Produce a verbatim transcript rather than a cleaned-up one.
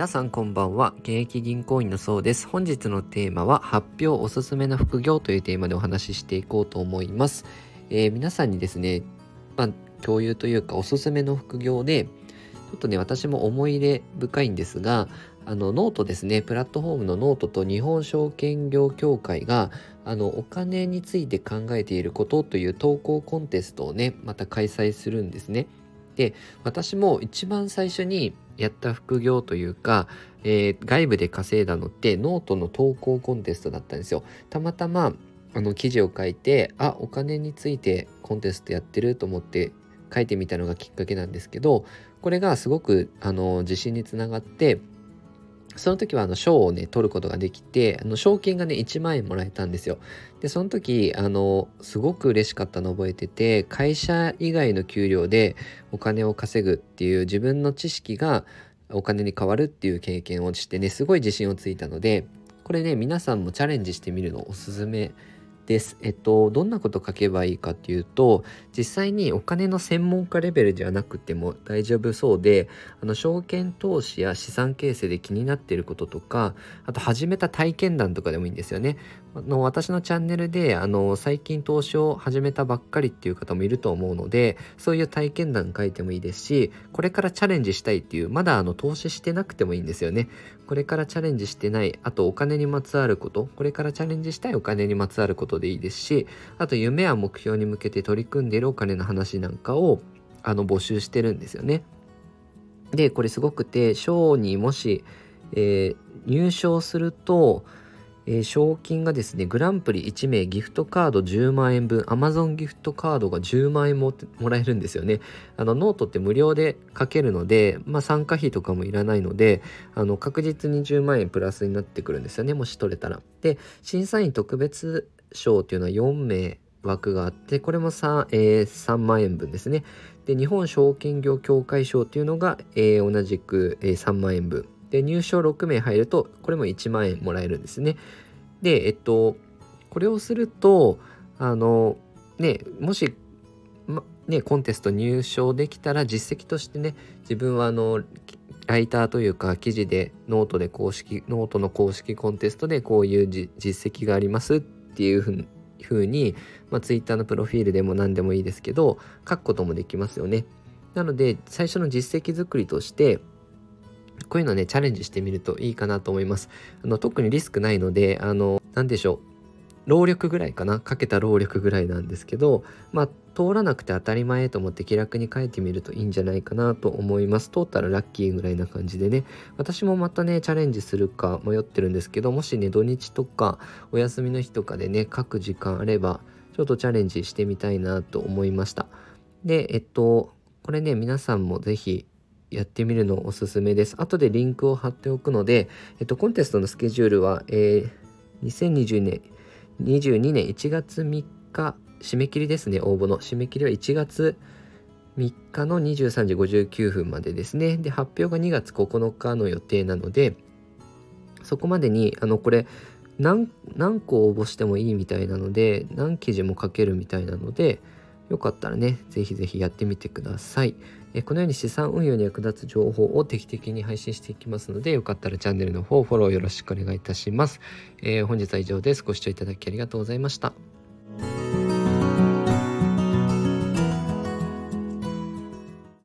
皆さんこんばんは。現役銀行員のそうです。本日のテーマは発表おすすめの副業というテーマでお話ししていこうと思います。えー、皆さんにですね、まあ、共有というかおすすめの副業で、ちょっとね私も思い入れ深いんですが、あのノートですね、プラットフォームのノートと日本証券業協会があのお金について考えていることという投稿コンテストをねまた開催するんですね。で、私も一番最初にやった副業というか、えー外部で稼いだのってノートの投稿コンテストだったんですよ。たまたまあの記事を書いて、あ、お金についてコンテストやってると思って書いてみたのがきっかけなんですけど、これがすごくあの自信につながって、その時はあの賞をね取ることができて、あの賞金がねいちまんえんもらえたんですよ。でその時あのすごく嬉しかったのを覚えてて、会社以外の給料でお金を稼ぐっていう自分の知識がお金に変わるっていう経験をしてね、すごい自信をついたので、これね皆さんもチャレンジしてみるのおすすめです。えっとどんなこと書けばいいかっていうと、実際にお金の専門家レベルじゃなくても大丈夫そうで、あの証券投資や資産形成で気になっていることとか、あと始めた体験談とかでもいいんですよね。あの私のチャンネルであの最近投資を始めたばっかりっていう方もいると思うので、そういう体験談書いてもいいですし、これからチャレンジしたいっていう、まだあの投資してなくてもいいんですよね。これからチャレンジしてない、あとお金にまつわること、これからチャレンジしたいお金にまつわることでいいですし、あと夢や目標に向けて取り組んでいるお金の話なんかをあの募集してるんですよね。でこれすごくて、賞にもし、えー入賞すると、えー賞金がですね、グランプリいちめい、ギフトカードじゅうまんえんぶん、Amazon ギフトカードがじゅうまんえんももらえるんですよね。あのノートって無料で書けるので、まあ、参加費とかもいらないので、あの確実にじゅうまんえんプラスになってくるんですよね、もし取れたら。で審査員特別賞っていうのはよんめい枠があって、これも 3,、えー、さんまんえんぶんですね。で日本証券業協会賞っていうのが、えー同じく、えーさんまんえんぶんで、入賞ろくめい入るとこれもいちまんえんもらえるんですね。でえっとこれをすると、あのねもし、ま、ねコンテスト入賞できたら、実績としてね、自分はあのライターというか記事でノートで公式ノートの公式コンテストでこういうじ実績がありますっていうふうにふうに、まあ、ツイッターのプロフィールでも何でもいいですけど書くこともできますよね。なので最初の実績作りとしてこういうのねチャレンジしてみるといいかなと思います。あの特にリスクないので、あの何でしょう、労力ぐらいかな、かけた労力ぐらいなんですけど、まあ通らなくて当たり前と思って気楽に書いてみるといいんじゃないかなと思います。通ったらラッキーぐらいな感じでね、私もまたねチャレンジするか迷ってるんですけど、もしね土日とかお休みの日とかでね書く時間あればちょっとチャレンジしてみたいなと思いました。でえっとこれね皆さんもぜひやってみるのおすすめです。後でリンクを貼っておくので、えっとコンテストのスケジュールは、えー、にせんにじゅうねんにじゅうにねんいちがつみっか締め切りですね。応募の締め切りはいちがつみっかのにじゅうさんじごじゅうきゅうふんまでですね。で発表がにがつここのかの予定なので、そこまでにあのこれ何何個応募してもいいみたいなので、何記事も書けるみたいなので、よかったらねぜひぜひやってみてください。えこのように資産運用に役立つ情報を定期的に配信していきますので、よかったらチャンネルの方フォローよろしくお願いいたします。えー本日は以上です。ご視聴いただきありがとうございました。